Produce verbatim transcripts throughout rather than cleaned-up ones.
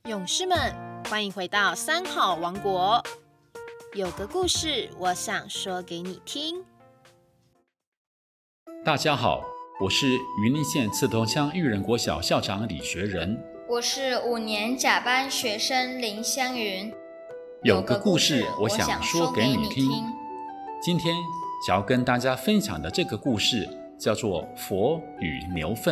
勇士们，欢迎回到三好王国。有个故事，我想说给你听。 大家好，我是云林县刺头乡育人国小校长李学仁。 我是五年甲班学生林香云。 有个故事，我想说给你听。今天想要跟大家分享的这个故事叫做《佛与牛粪》。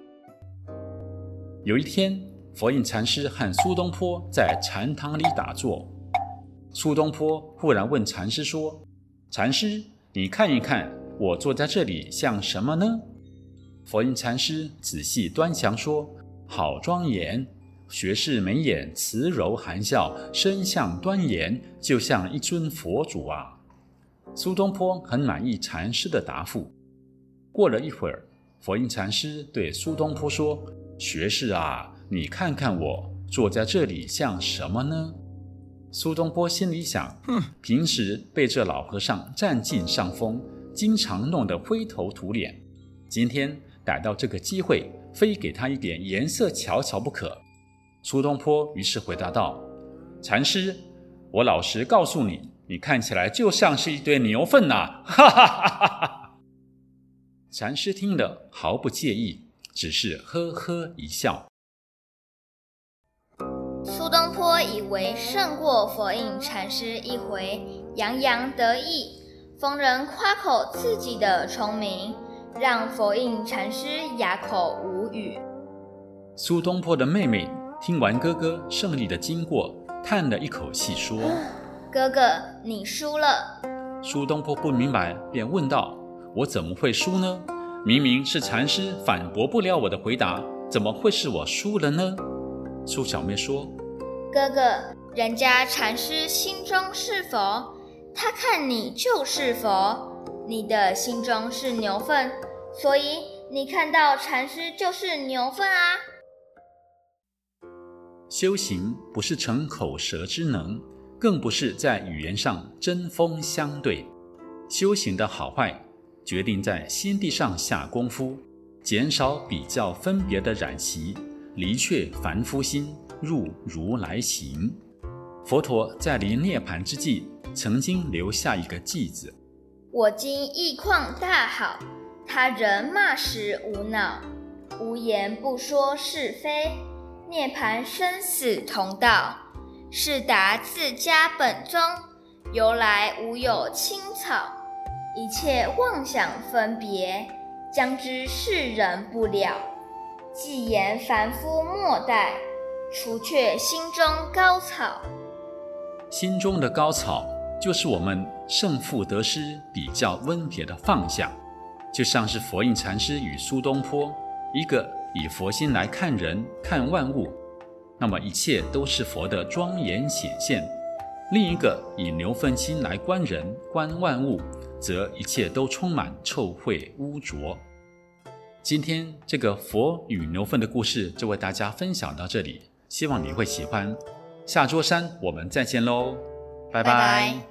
有一天，佛印禅师和苏东坡在禅堂里打坐。苏东坡忽然问禅师说：“禅师，你看一看，我坐在这里像什么呢？”佛印禅师仔细端详说：“好庄严，学士眉眼慈柔含笑，身相端严，就像一尊佛祖啊。”苏东坡很满意禅师的答复。过了一会儿，佛印禅师对苏东坡说：“学士啊，你看看我坐在这里像什么呢？”苏东坡心里想，平时被这老和尚占尽上风，经常弄得灰头土脸，今天逮到这个机会，非给他一点颜色瞧瞧不可。苏东坡于是回答道：“禅师，我老实告诉你，你看起来就像是一堆牛粪啊！”哈哈哈哈哈！禅师听了毫不介意，只是呵呵一笑。 苏东坡以为胜过佛印禅师一回，洋洋得意，逢人夸口自己的聪明，让佛印禅师哑口无语。 苏东坡的妹妹听完哥哥胜利的经过，叹了一口气说：“ 哥哥，你输了。” 苏东坡不明白，便问道：“我怎么会输呢？明明是禅师反驳不了我的回答，怎么会是我输了呢？”苏小妹说：“ 哥哥，人家禅师心中是佛，他看你就是佛，你的心中是牛粪，所以你看到禅师就是牛粪啊。” 修行不是逞口舌之能，更不是在语言上针锋相对。修行的好坏，决定在心地上下功夫，减少比较分别的染习，离却凡夫心，入如来行。佛陀在离涅槃之际，曾经留下一个偈子：“ 我今意况大好，他人骂时无恼，无言不说是非，涅槃生死同道，是达自家本宗，由来无有青草，一切妄想分别，将知世人不了，既言凡夫莫待，除却心中高草。” 心中的高草，就是我们胜负得失比较温别的放下。就像是佛印禅师与苏东坡，一个以佛心来看人看万物，那么一切都是佛的庄严显现；另一个以牛粪心来观人观万物，则一切都充满臭秽污浊。今天这个佛与牛粪的故事就为大家分享到这里，希望你会喜欢。下周三我们再见喽，拜拜。 拜拜。